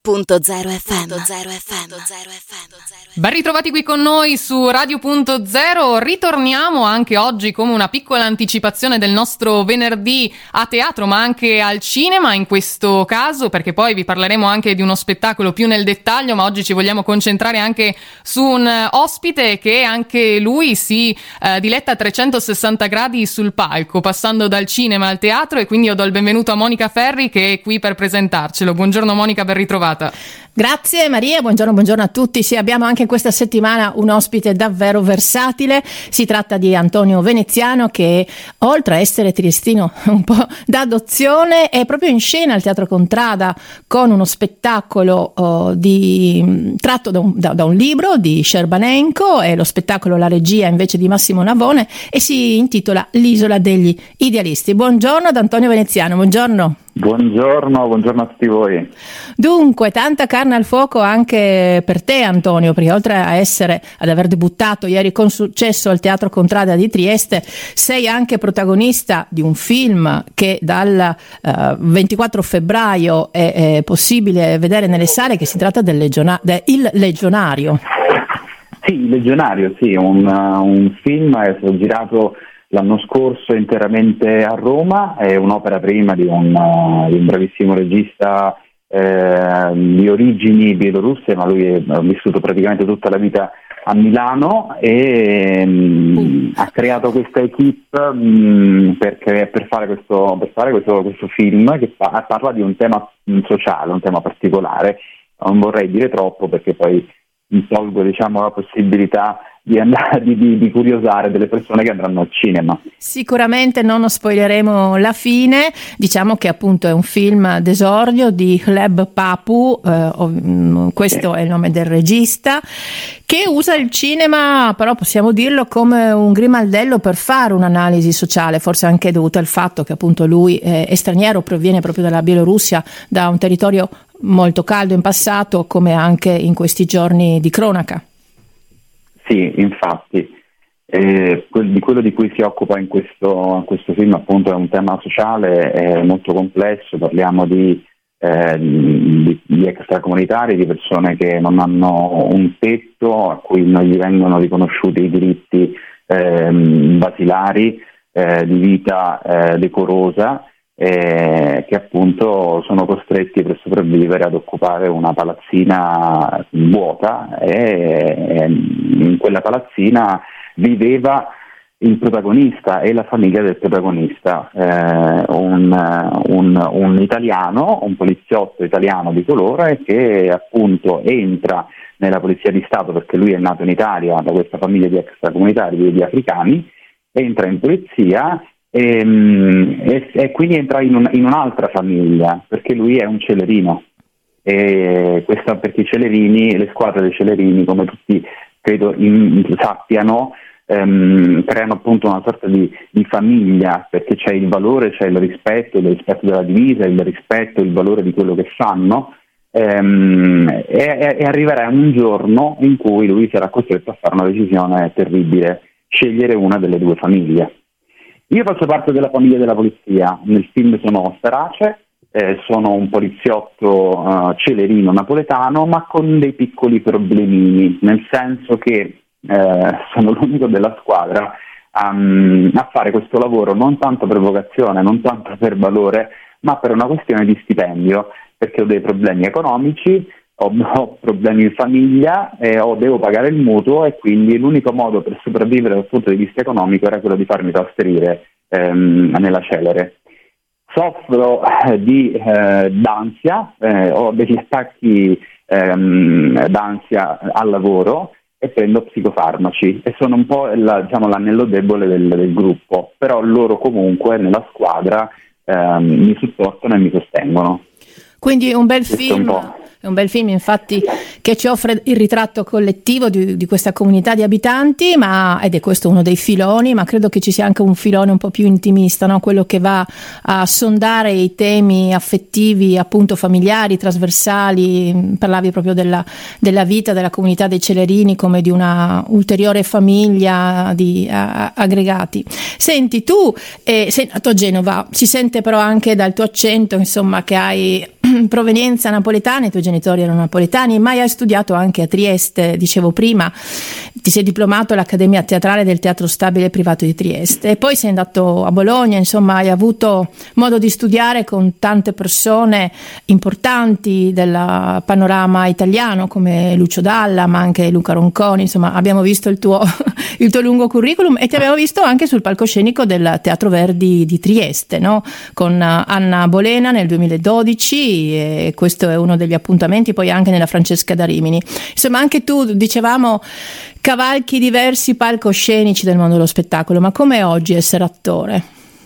Radio.0 FM. Ben ritrovati qui con noi su Radio.0. Ritorniamo anche oggi come una piccola anticipazione del nostro venerdì a teatro, ma anche al cinema in questo caso, perché poi vi parleremo anche di uno spettacolo più nel dettaglio, ma oggi ci vogliamo concentrare anche su un ospite che anche lui si diletta a 360 gradi sul palco, passando dal cinema al teatro, e quindi io do il benvenuto a Monica Ferri, che è qui per presentarcelo. Buongiorno Monica, ben ritrovata. Grazie Maria, buongiorno a tutti. Sì, abbiamo anche questa settimana un ospite davvero versatile. Si tratta di Antonio Veneziano, che oltre a essere triestino un po' d'adozione è proprio in scena al Teatro Contrada con uno spettacolo tratto da un libro di Scerbanenko, e lo spettacolo la regia invece di Massimo Navone, e si intitola L'isola degli idealisti. Buongiorno ad Antonio Veneziano, buongiorno. Buongiorno a tutti voi. Dunque, tanta carne al fuoco anche per te Antonio, perché oltre ad aver debuttato ieri con successo al Teatro Contrada di Trieste, sei anche protagonista di un film che dal 24 febbraio è possibile vedere nelle sale, che si tratta del Il Legionario. Sì, Il Legionario, sì, un film è stato girato l'anno scorso interamente a Roma, è un'opera prima di un bravissimo regista di origini bielorusse, ma lui ha vissuto praticamente tutta la vita a Milano, e ha creato questa equipe per fare questo film che parla di un tema sociale, un tema particolare. Non vorrei dire troppo, perché poi mi tolgo, la possibilità di curiosare delle persone che andranno al cinema. Sicuramente non spoileremo la fine. Diciamo che appunto è un film d'esordio di Gleb Papu, questo è il nome del regista, che usa il cinema, però possiamo dirlo, come un grimaldello per fare un'analisi sociale, forse anche dovuto al fatto che appunto lui è straniero, proviene proprio dalla Bielorussia, da un territorio molto caldo in passato, come anche in questi giorni di cronaca. Sì, infatti, di quello di cui si occupa in questo film appunto è un tema sociale molto complesso. Parliamo di extracomunitari, di persone che non hanno un tetto, a cui non gli vengono riconosciuti i diritti basilari di vita decorosa, che appunto sono costretti per sopravvivere ad occupare una palazzina vuota, e in quella palazzina viveva il protagonista e la famiglia del protagonista, un italiano, un poliziotto italiano di colore, che appunto entra nella polizia di Stato, perché lui è nato in Italia da questa famiglia di extracomunitari, di africani, entra in polizia e quindi entra in un'altra famiglia, perché lui è un celerino, e questo perché i celerini, le squadre dei celerini, come tutti credo sappiano, creano appunto una sorta di famiglia, perché c'è il valore, c'è il rispetto della divisa, il valore di quello che fanno, e arriverà un giorno in cui lui sarà costretto a fare una decisione terribile, scegliere una delle due famiglie. Io faccio parte della famiglia della polizia. Nel film sono Starace, sono un poliziotto celerino napoletano, ma con dei piccoli problemini, nel senso che sono l'unico della squadra a fare questo lavoro non tanto per vocazione, non tanto per valore, ma per una questione di stipendio, perché ho dei problemi economici, ho problemi in famiglia, devo pagare il mutuo, e quindi l'unico modo per sopravvivere dal punto di vista economico era quello di farmi trasferire nella Celere. Soffro di d'ansia, ho degli attacchi d'ansia al lavoro e prendo psicofarmaci, e sono un po' l'anello debole del gruppo, però loro comunque nella squadra mi supportano e mi sostengono. Quindi un bel film. È un bel film, infatti, che ci offre il ritratto collettivo di questa comunità di abitanti, ed è questo uno dei filoni, ma credo che ci sia anche un filone un po' più intimista, no? Quello che va a sondare i temi affettivi, appunto familiari, trasversali. Parlavi proprio della vita della comunità dei Celerini come di una ulteriore famiglia di aggregati. Senti, tu sei nato a Genova, si sente però anche dal tuo accento, insomma, che hai provenienza napoletana, i tuoi genitori erano napoletani, ma hai studiato anche a Trieste, dicevo prima, ti sei diplomato all'Accademia Teatrale del Teatro Stabile Privato di Trieste e poi sei andato a Bologna, insomma hai avuto modo di studiare con tante persone importanti del panorama italiano come Lucio Dalla, ma anche Luca Ronconi, insomma abbiamo visto il tuo lungo curriculum e ti abbiamo visto anche sul palcoscenico del Teatro Verdi di Trieste, no? Con Anna Bolena nel 2012 e questo è uno degli appuntamenti, poi anche nella Francesca da Rimini. Insomma anche tu, dicevamo, cavalchi diversi palcoscenici del mondo dello spettacolo, ma com'è oggi essere attore?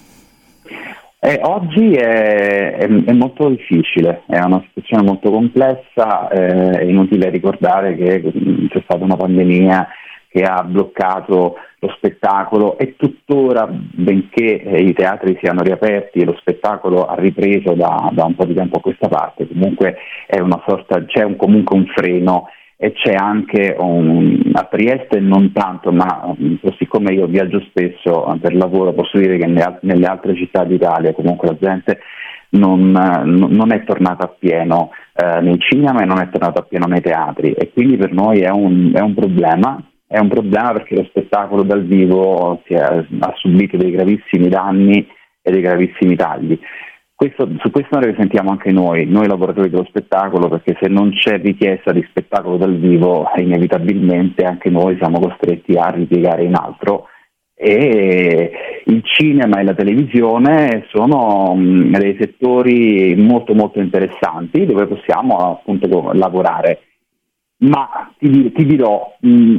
Oggi è molto difficile, è una situazione molto complessa, è inutile ricordare che c'è stata una pandemia che ha bloccato lo spettacolo e tuttora, benché i teatri siano riaperti e lo spettacolo ha ripreso da un po' di tempo a questa parte, comunque è una sorta, comunque un freno. E c'è anche a Trieste non tanto, ma siccome io viaggio spesso per lavoro posso dire che nelle altre città d'Italia comunque la gente non è tornata a pieno nel cinema e non è tornata a pieno nei teatri e quindi per noi è un problema. È un problema perché lo spettacolo dal vivo ha subito dei gravissimi danni e dei gravissimi tagli. Su questo ne risentiamo anche noi lavoratori dello spettacolo, perché se non c'è richiesta di spettacolo dal vivo inevitabilmente anche noi siamo costretti a ripiegare in altro e il cinema e la televisione sono dei settori molto molto interessanti dove possiamo appunto lavorare, ma ti dirò,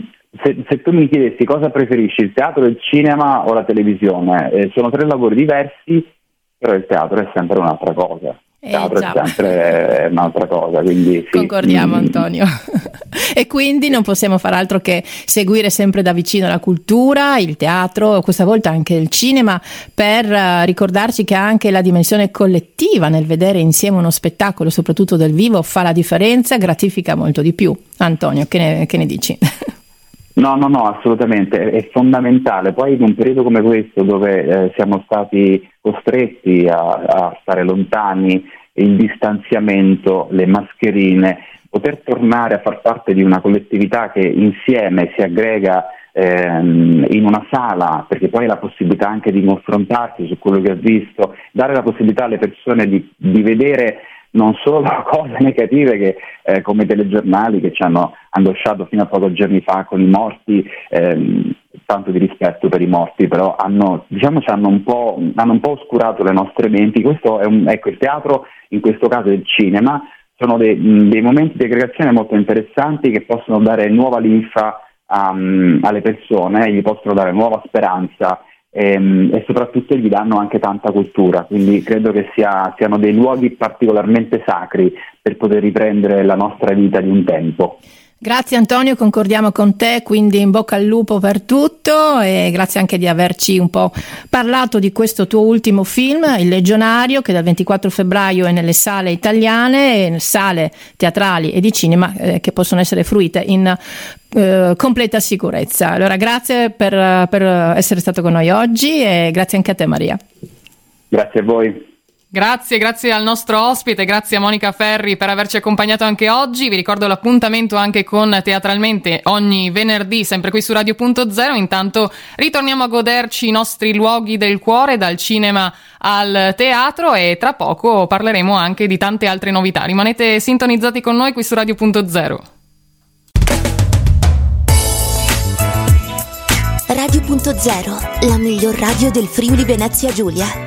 se tu mi chiedessi cosa preferisci, il teatro, il cinema o la televisione, sono tre lavori diversi. Però il teatro è sempre un'altra cosa. Il teatro è sempre un'altra cosa, quindi sì. Concordiamo, Antonio. E quindi non possiamo far altro che seguire sempre da vicino la cultura, il teatro, questa volta anche il cinema, per ricordarci che anche la dimensione collettiva nel vedere insieme uno spettacolo, soprattutto dal vivo, fa la differenza, gratifica molto di più. Antonio, che ne dici? No, assolutamente, è fondamentale. Poi in un periodo come questo dove siamo stati costretti a stare lontani, il distanziamento, le mascherine, poter tornare a far parte di una collettività che insieme si aggrega in una sala, perché poi ha la possibilità anche di confrontarsi su quello che ha visto, dare la possibilità alle persone di vedere non solo cose negative che come i telegiornali che ci hanno angosciato fino a pochi giorni fa con i morti, tanto di rispetto per i morti, però hanno un po' oscurato le nostre menti. Questo è il teatro, in questo caso il cinema, sono dei momenti di aggregazione molto interessanti che possono dare nuova linfa alle persone, gli possono dare nuova speranza e soprattutto gli danno anche tanta cultura, quindi credo che siano dei luoghi particolarmente sacri per poter riprendere la nostra vita di un tempo. Grazie Antonio, concordiamo con te, quindi in bocca al lupo per tutto e grazie anche di averci un po' parlato di questo tuo ultimo film, Il Legionario, che dal 24 febbraio è nelle sale italiane, sale teatrali e di cinema che possono essere fruite in completa sicurezza. Allora grazie per essere stato con noi oggi e grazie anche a te Maria. Grazie a voi. Grazie al nostro ospite, grazie a Monica Ferri per averci accompagnato anche oggi. Vi ricordo l'appuntamento anche con Teatralmente ogni venerdì, sempre qui su Radio.0. Intanto ritorniamo a goderci i nostri luoghi del cuore, dal cinema al teatro, e tra poco parleremo anche di tante altre novità. Rimanete sintonizzati con noi qui su Radio.0. Radio.0, la miglior radio del Friuli Venezia Giulia.